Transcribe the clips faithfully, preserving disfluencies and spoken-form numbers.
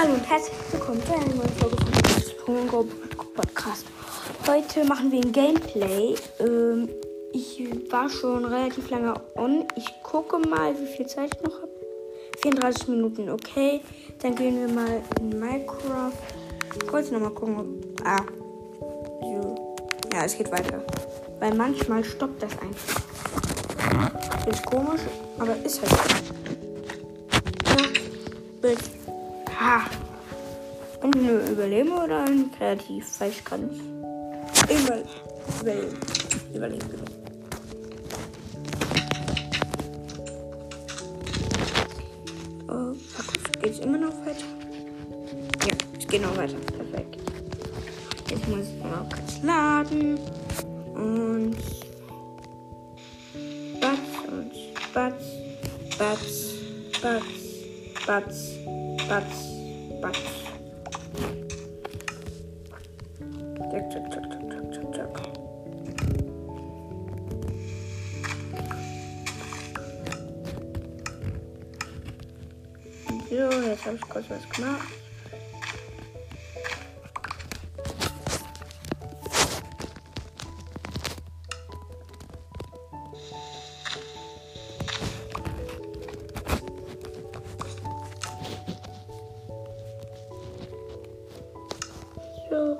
Hallo und herzlich willkommen zu einer neuen Folge von Go Podcast. Heute machen wir ein Gameplay. Ähm, ich war schon relativ lange on. Ich gucke mal, wie viel Zeit ich noch habe. vierunddreißig Minuten, okay. Dann gehen wir mal in Minecraft. Ich wollte noch mal gucken, ob... Ah. So. Ja, es geht weiter. Weil manchmal stoppt das einfach. Ist komisch, aber ist halt so. Ja, bitte. Ha. Und nur überleben oder ein kreativ? Weil ich kann nicht. Über, überleben. Überleben, genau. Oh, geht es immer noch weiter? Ja, es geht noch weiter. Perfekt. Jetzt muss ich mal kurz laden. Und Batz und Batz, Batz, Batz, Batz, Batz, Batz. Zack, zack, zack, zack, zack, zack, zack. So, jetzt habe ich kurz was gemacht. So.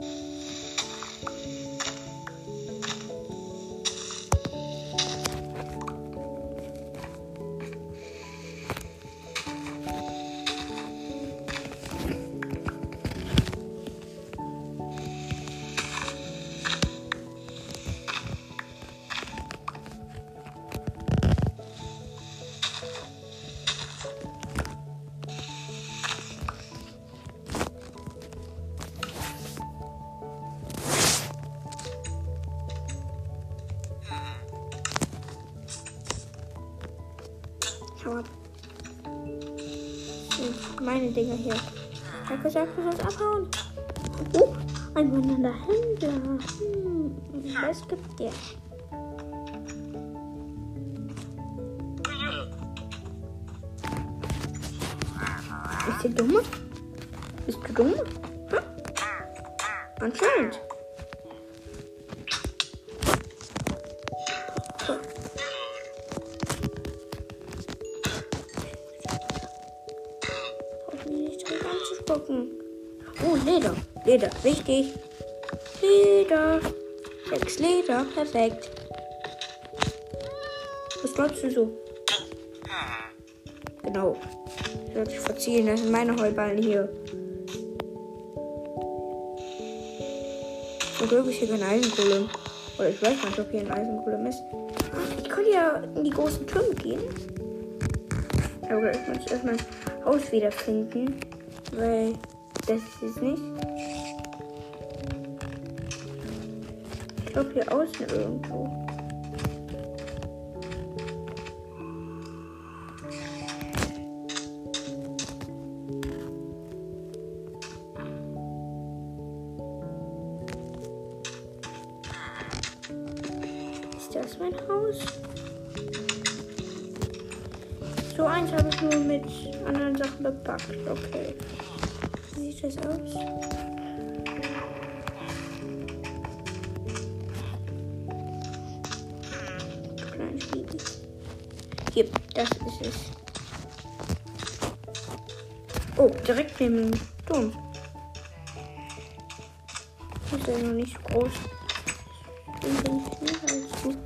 Schau ab. Meine Dinger hier. Ich hab gesagt, du sollst abhauen. Oh, ein wandernder Händler. Hm, was gibt der? Ist der dumm? Bist du dumm? Hm? Anscheinend. Oh, Leder. Leder, wichtig. Leder. Sechs Leder, perfekt. Was glaubst du so? Genau. Ich sollte dich verziehen, das sind meine Heuballen hier. Zum Glück ist hier kein Eisenkohle. Oder ich weiß nicht, ob hier ein Eisenkohle ist. Ich könnte ja in die großen Türme gehen. Aber ich muss erst mein Haus wiederfinden. Weil das ist es nicht. Ich glaube hier außen irgendwo. Ist das mein Haus? So eins habe ich nur mit anderen Sachen bepackt. Okay. Wie sieht das aus? Kleines Baby. Hier, das ist es. Oh, direkt neben dem Turm. Das ist ja noch nicht so groß. Den bin ich nicht als gut.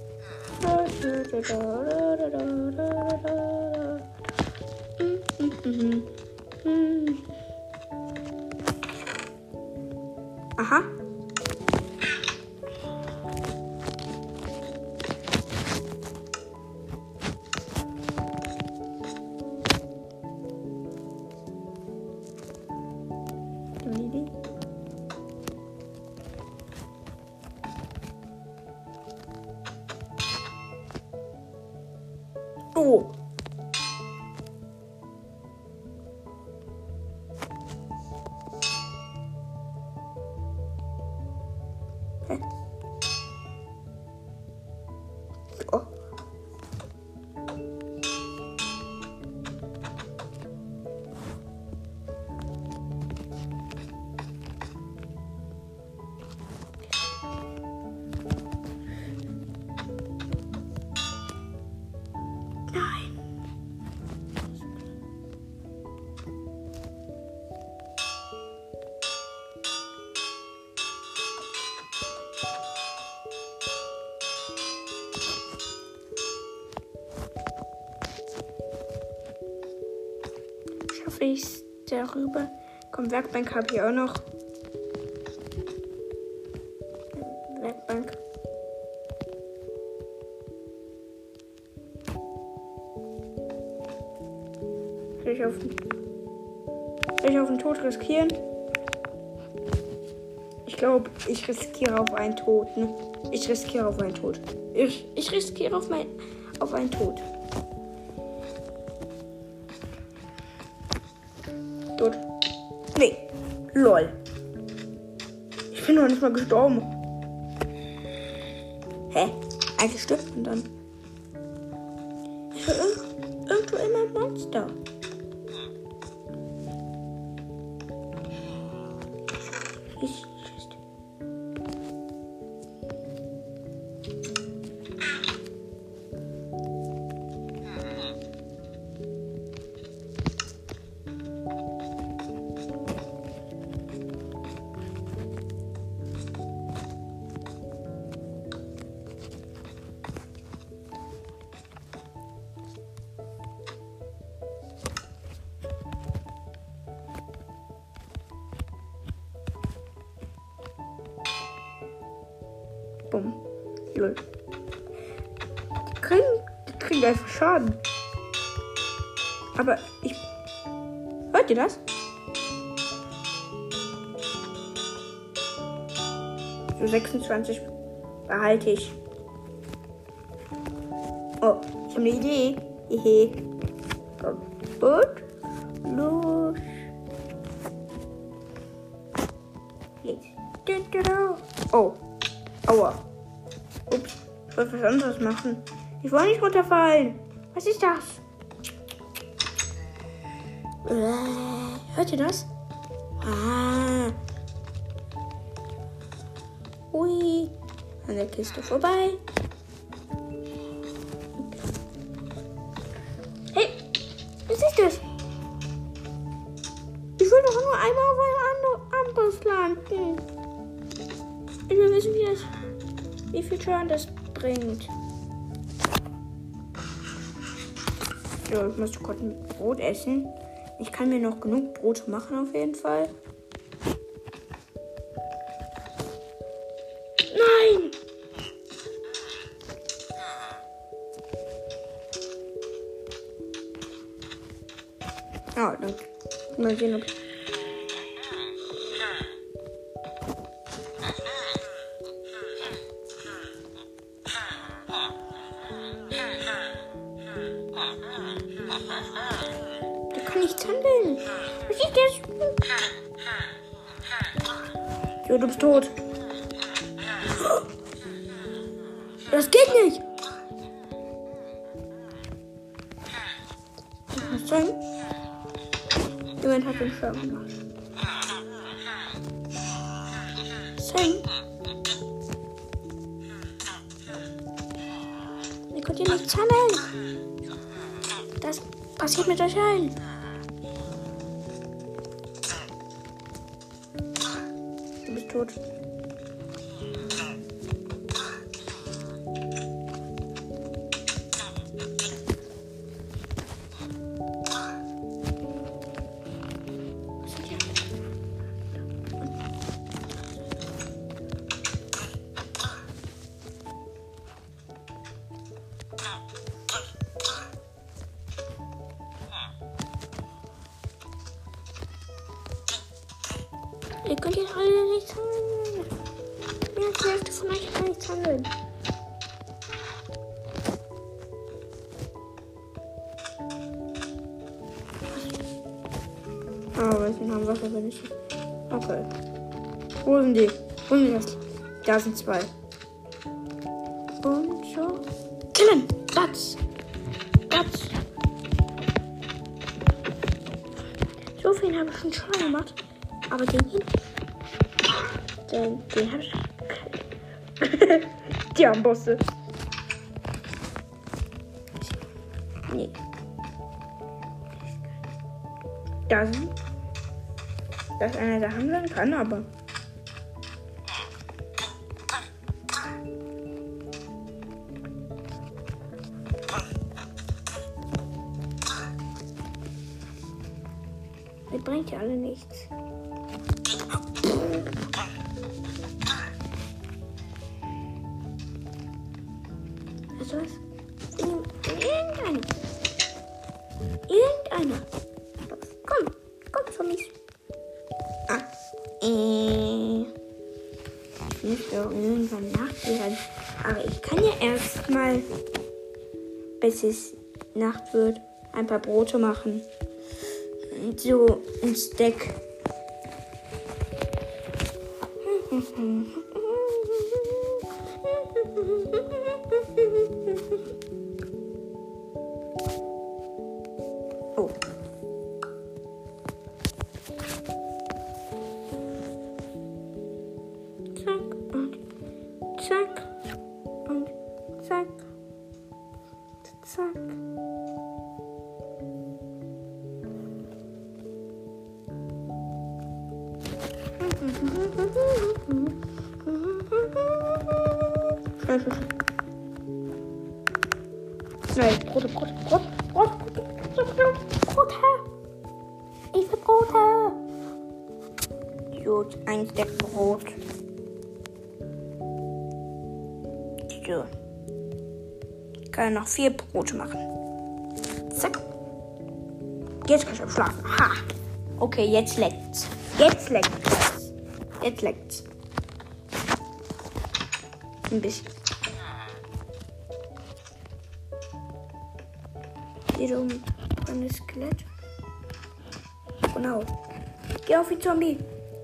Aha. Oh. Hä? Oh. will ich darüber. Komm, Werkbank habe ich auch noch. Werkbank. Will ich auf, will ich auf den Tod riskieren? Ich glaube, ich riskiere auf einen Tod. Ne? Ich riskiere auf einen Tod. Ich, ich riskiere auf, mein, auf einen Tod. Tot. Nee. Lol. Ich bin noch nicht mal gestorben. Hä? Eigentlich stirbt man dann. Ich will irg irgendwo immer ein Monster. Ich Bumm. Lol. Die kriegen, die kriegen einfach Schaden. Aber ich... Hört ihr das? So sechsundzwanzig behalte ich. Oh, ich habe eine Idee. Hehe. Kaputt. Los. Jetzt. Oh. Aua. Ups. Ich wollte was anderes machen. Ich wollte nicht runterfallen. Was ist das? Äh, hört ihr das? Ah. Ui. An der Kiste vorbei. Hey, was ist das? Ich will doch nur einmal auf ein anderes landen. Ich will wissen, wie, das, wie viel Schaden das bringt. So, ich muss kurz ein Brot essen. Ich kann mir noch genug Brot machen auf jeden Fall. Nein! Ah, dann mal sehen, ob ich... Da kann nichts handeln. Was ist das? Jo, du bist tot. Das geht nicht. Was soll ich? Jemand hat den Schirm gemacht. Sein. Ihr könnt hier nichts handeln. Das passiert mit euch allen. Du bist tot. Ihr könnt jetzt alle nichts handeln. Mehr als die Hälfte von euch kann nichts handeln. Ah, weil sie haben Wasser, wenn ich... Okay. Wo sind die? Wo sind die das? Da sind zwei. Und so. Killen! Platz! Platz! So viel habe ich schon Schaden gemacht. Aber den hier, den, den hab ich. Die haben Bosse. Nee. Da sind. Da ist einer, der handeln kann, aber. Das bringt ja alle nichts. Weißt du was? Irgendeiner. Irgendeiner. Komm, komm, Zombies. Ah, äh. Ich müsste auch irgendwann Nacht werden. Aber ich kann ja erstmal, bis es Nacht wird, ein paar Brote machen. So ein Steak. Oh. Zack und zack und zack. Zack. Schnell, schnell, schnell. Schnell, Brote, Brote, Brote, Brote, Brote, Brote. Ich will Brote. Gut, ein Stück Brot. So. Ich kann noch vier Brote machen. Zack. Jetzt kann ich auch schlafen. Ha. Okay, jetzt leckt's. Jetzt leckt's. Jetzt leckt's. Ein bisschen. Hier oben ein Skelett. Genau. Geh auf die Zombie.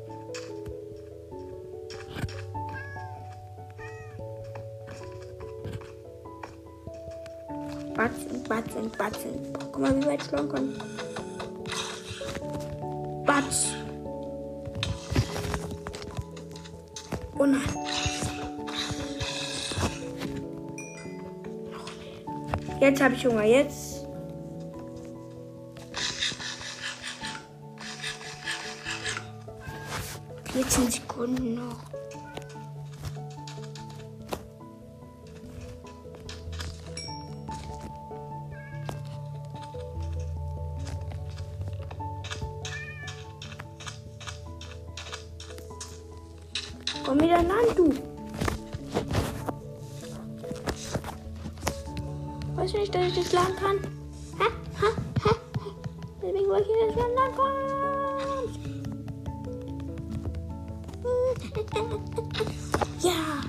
Batzen, batzen, batzen. Guck mal, wie weit ich schlagen kann. Batz. Oh nein. Jetzt habe ich Hunger. Jetzt. vierzehn Sekunden noch. Komm wieder an, du. Weißt du nicht, dass ich das lernen kann? Hä? Hä? Hä? Deswegen wollte ich das lernen kann. Ja.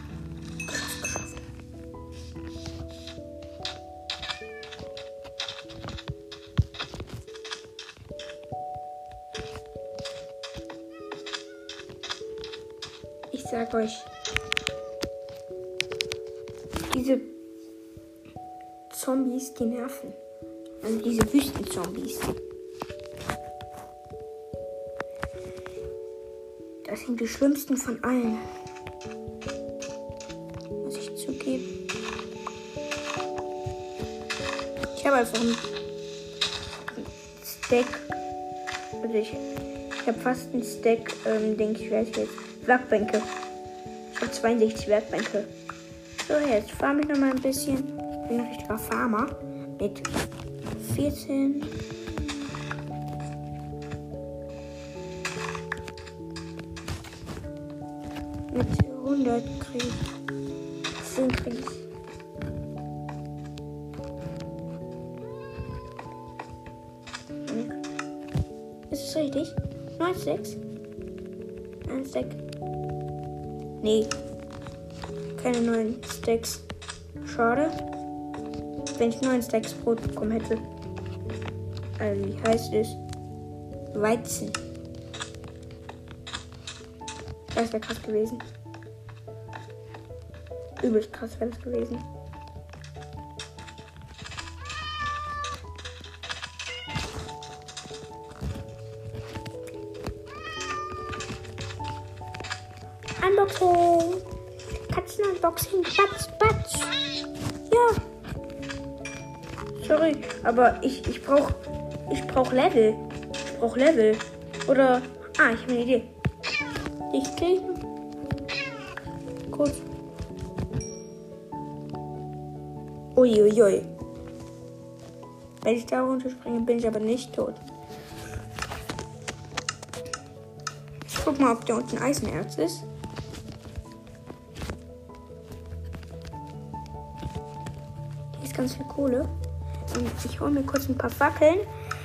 Ich sag euch, diese Zombies, die nerven. Also diese Wüstenzombies. Das sind die schlimmsten von allen. Muss ich zugeben. Ich habe einfach ein Stack. Also ich, ich habe fast ein Stack, ähm, denke ich, weiß jetzt. Werkbänke. Ich habe zweiundsechzig Werkbänke. So, jetzt farme ich noch mal ein bisschen. Ich bin ein richtiger Farmer. Mit vierzehn. Mit hundert krieg ich. zehn krieg ich. Ist es richtig? neun Stacks? Ein Stack. Nee. Keine neuen Stacks. Schade. Wenn ich neun Stacks Brot bekommen hätte. Also wie heißt es? Weizen. Das wäre krass gewesen. Übelst krass wäre das gewesen. Unboxing. Katzen-Unboxing. Batz, batz. Ja. Sorry, aber ich, ich brauch, ich brauch Level. Ich brauch Level. Oder, ah, ich habe eine Idee. Ich kriege. Gut. Uiuiui. Wenn ich da runterspringe, bin ich aber nicht tot. guck mal, ob da unten Eisenerz ist. Hier ist ganz viel Kohle. Und ich hole mir kurz ein paar Fackeln.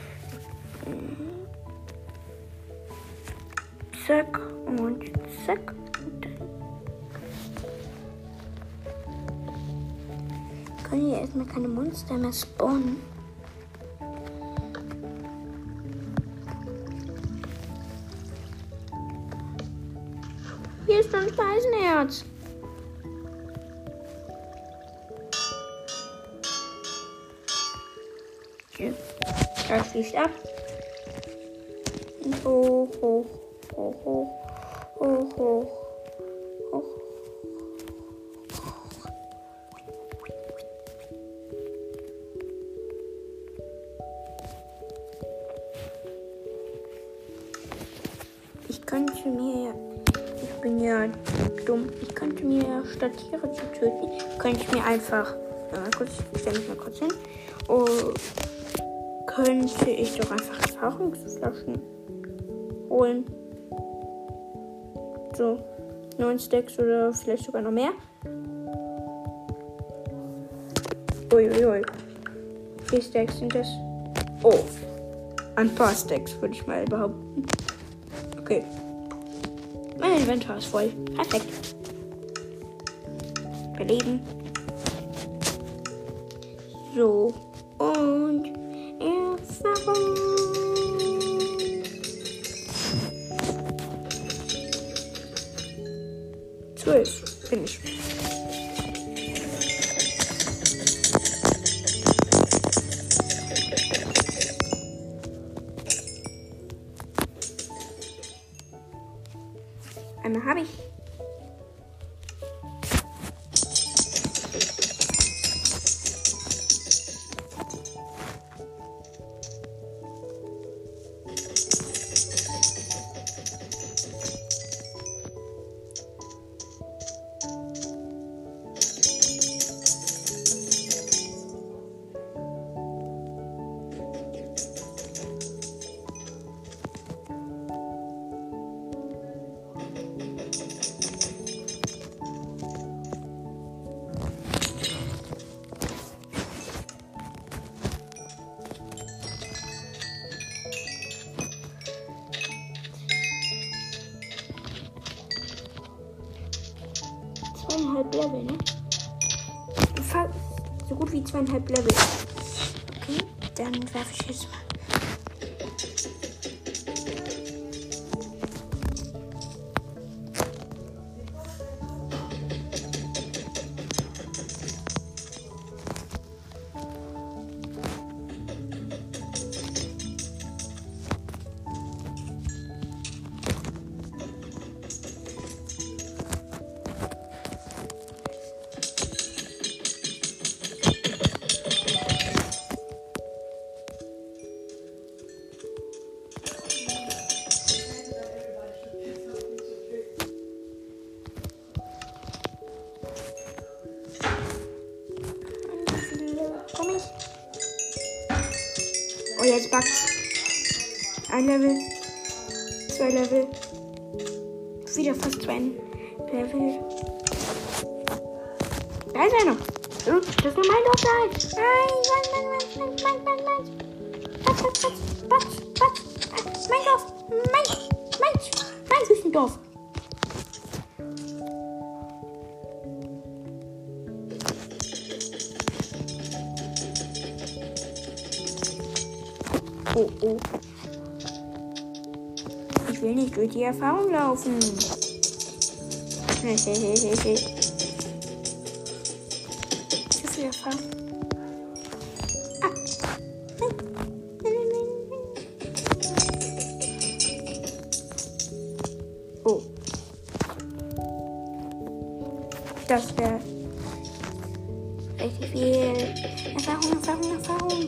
Zack und zack. Können hier erstmal keine Monster mehr spawnen. Hier ist schon ein Eisenerz. Das fließt ab. Und hoch, hoch, hoch, hoch, hoch, hoch, hoch. Ich könnte mir, ich bin ja dumm, ich könnte mir statt Tiere zu töten, könnte ich mir einfach, ja, kurz, ich stelle mich mal kurz hin, oh, könnte ich doch einfach Erfahrungsflaschen holen. So, neun Stacks oder vielleicht sogar noch mehr. Uiuiui. Wie viele Stacks sind das? Oh, ein paar Stacks würde ich mal behaupten. Okay. Mein Inventar ist voll. Perfekt. Beleben. So. Und Erfahrung. Zwölf bin ich. Einmal habe ich. Zweieinhalb Level, ne? Fast so gut wie zweieinhalb Level. Okay, dann werfe ich jetzt mal. Oh, jetzt backt's. Ein Level. Zwei Level. Wieder fast zwei Level. Da ist einer. So, das ist nur mein Dorf da. Nein, nein, nein, nein, nein, nein, nein, nein. Patz, patz, patz, patz, patz. Mein Dorf. Mein, mein, mein Wüstendorf. Oh, oh. Ich will nicht durch die Erfahrung laufen. Hehehehe. Zu viel Erfahrung. Ah. Oh. Das wäre richtig viel Erfahrung, Erfahrung, Erfahrung.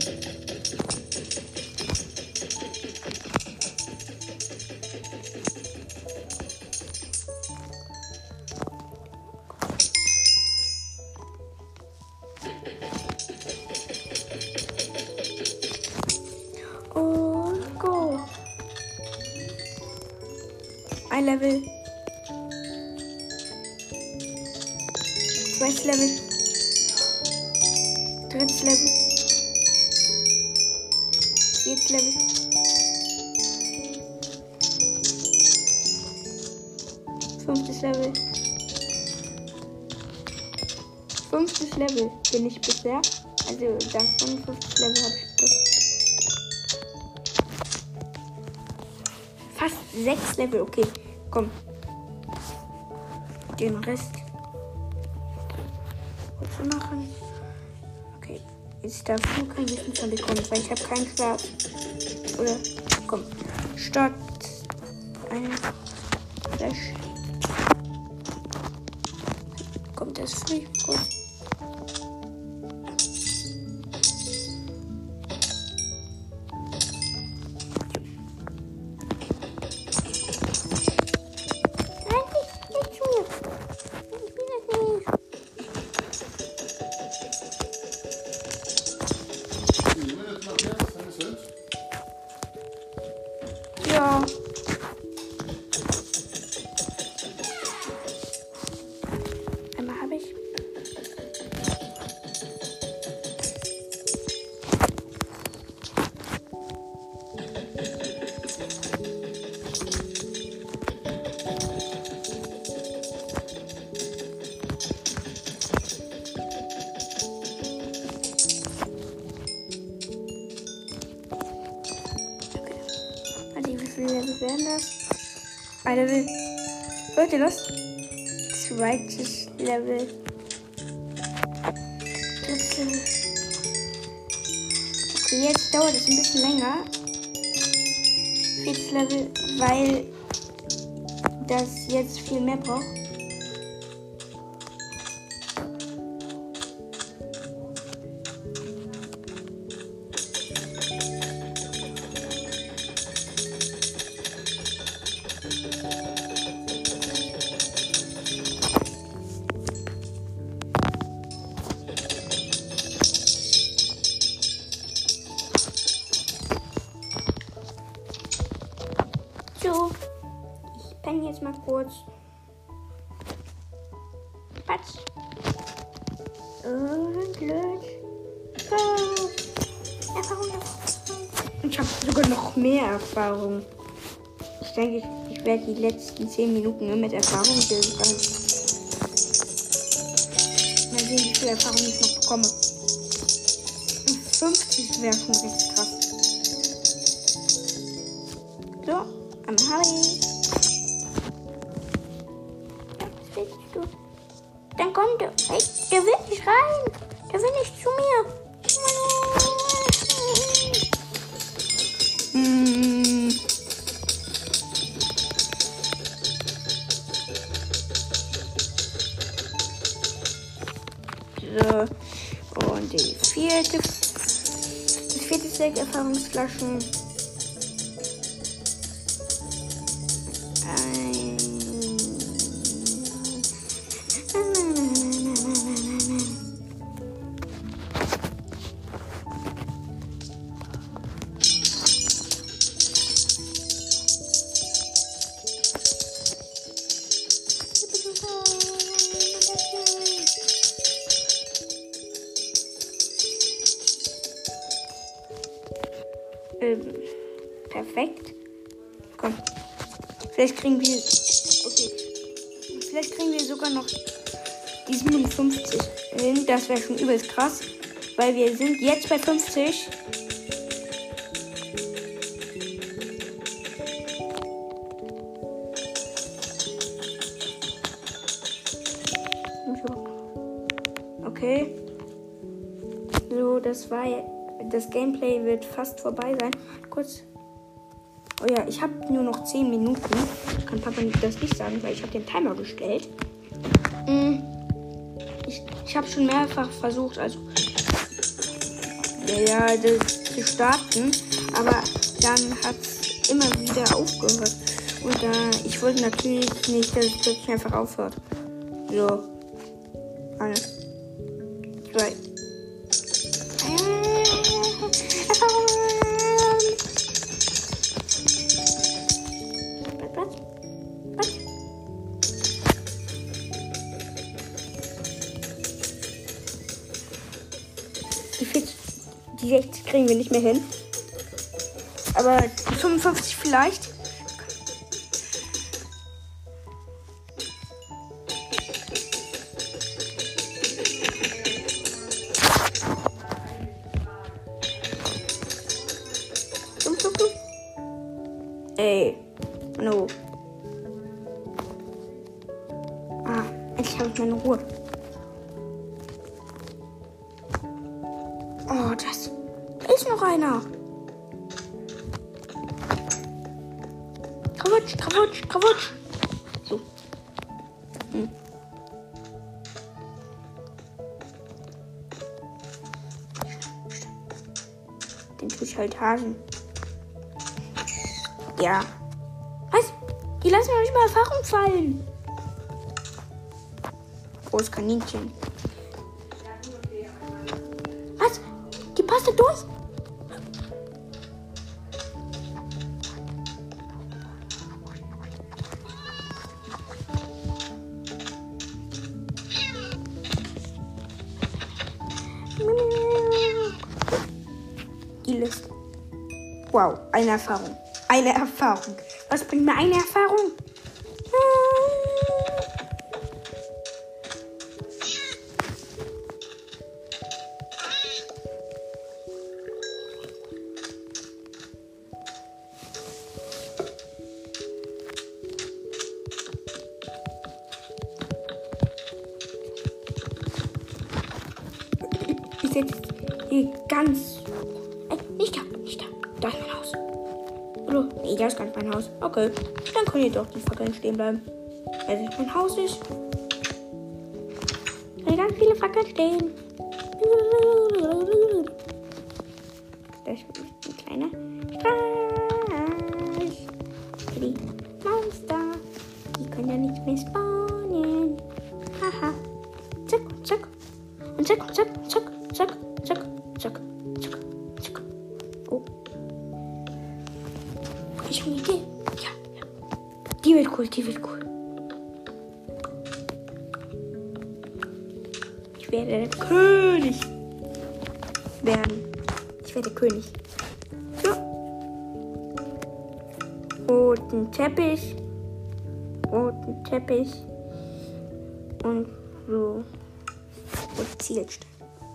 Level. Zweites Level. Drittes Level. Viertes Level. Fünftes Level. Fünftes Level bin ich bisher. Also dank von fünftes Level habe ich das. Fast sechs Level. Okay, komm. Den Rest zu machen. Okay, jetzt darf nur kein Wissen von dir kommen, weil ich habe keinen Schwert. Oder komm. Statt eine Flash. Kommt das free? Gut. Ja. Einmal habe ich. Wie viele Level werden das? Ein Level. Hört ihr das? Zweites Level. Drittes Level. Okay, jetzt dauert es ein bisschen länger. Viertes Level, weil das jetzt viel mehr braucht. So, ich penne jetzt mal kurz. Patsch. Und lösch. Go. Erfahrung. Ich habe sogar noch mehr Erfahrung. Ich denke, ich, ich werde die letzten zehn Minuten nur mit Erfahrung bilden. Mal sehen, wie viel Erfahrung ich noch bekomme. fünfzig wäre schon recht krass. So. Am Harry. Ja, was willst du? Dann kommt der. Hey, der will nicht rein. Der will nicht zu mir. Hm. So. Und die vierte. Das vierte Set Erfahrungsflaschen. Ähm, perfekt. Komm. Vielleicht kriegen wir. Okay. Vielleicht kriegen wir sogar noch die siebenundfünfzig hin. Das wäre schon übelst krass. Weil wir sind jetzt bei fünfzig. Okay. So, das war jetzt. Das Gameplay wird fast vorbei sein. Kurz. Oh ja, ich habe nur noch zehn Minuten. Ich kann Papa das nicht sagen, weil ich habe den Timer gestellt. Ich, ich habe schon mehrfach versucht, also ja, ja, das zu starten. Aber dann hat es immer wieder aufgehört. Und äh, ich wollte natürlich nicht, dass es plötzlich einfach aufhört. So. Eins. Zwei. Was? Die sechzig kriegen wir nicht mehr hin. Aber die fünfundfünfzig vielleicht. Ey, no. Ah, endlich habe ich meine Ruhe. Oh, das. Da ist noch einer. Krawutsch, krawutsch, krawutsch. So. Hm. Den tue ich halt hasen. Ja. Was? Die lassen noch nicht mal Erfahrung fallen. Großes Kaninchen. Was? Die passt da durch? Die Liste. Wow, eine Erfahrung. Eine Erfahrung. Was bringt mir eine Erfahrung? Ich setze hier ganz... Ey, nicht da, nicht da. Da ist mein Haus. Oder? Nee, das ist gar nicht mein Haus. Okay, dann können hier doch die Fackeln stehen bleiben. Weil es mein Haus ist. Da sind ganz viele Fackeln stehen. Da ist ein kleiner Streich. Für die Monster. Die können ja nicht mehr spawnen. Haha. Zack, zack. Und zack, zack, zack, zack, zack, zack, zack, zack. Oh. Ich habe eine Idee. Ja, ja. Die wird cool, die wird cool. Ich werde der König werden. Ich werde König. So. Roten Teppich. Roten Teppich. Und so. Und Zielstein.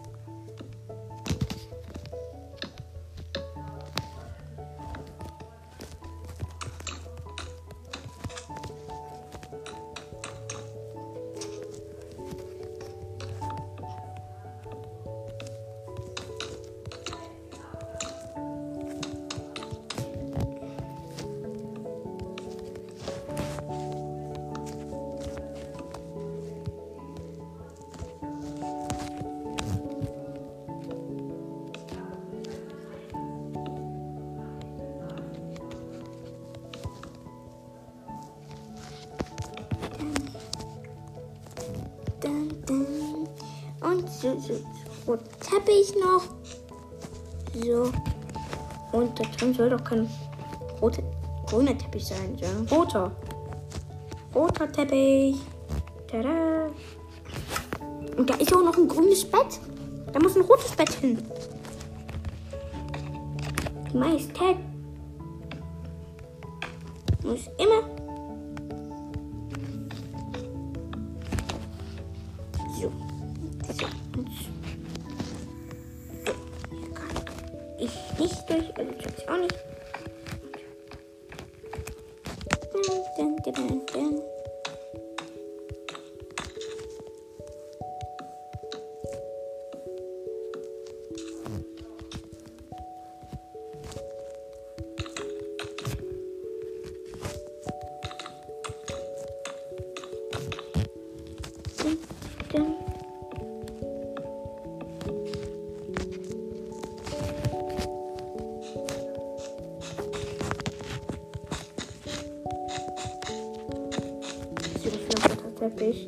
Und so, so, so Teppich noch. So. Und da drin soll doch kein roter, grüner Teppich sein, sondern roter. Roter Teppich. Tada. Und da ist auch noch ein grünes Bett. Da muss ein rotes Bett hin. Die Majestät muss immer so. So. Und so. Hier kann ich nicht durch, also ich auch nicht. Dun, dun, dun, dun. Teppich.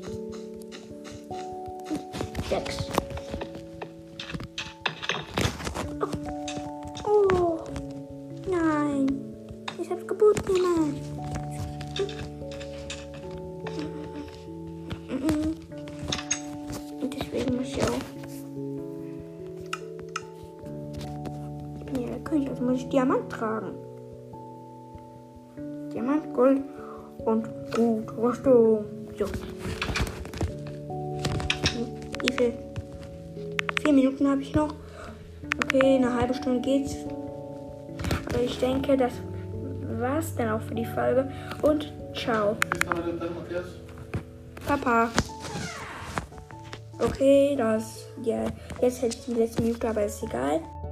Sechs. Oh. Oh. Nein. Ich hab's kaputt gemacht. Und deswegen muss ich auch König, also muss ich Diamant tragen. Diamant, Gold und gut, Rüstung. So. Wie viel? Vier Minuten habe ich noch. Okay, eine halbe Stunde geht's. Aber ich denke, das war's dann auch für die Folge. Und ciao. Papa. Okay, das. Ja, jetzt hätte ich die letzte Minute, aber ist egal.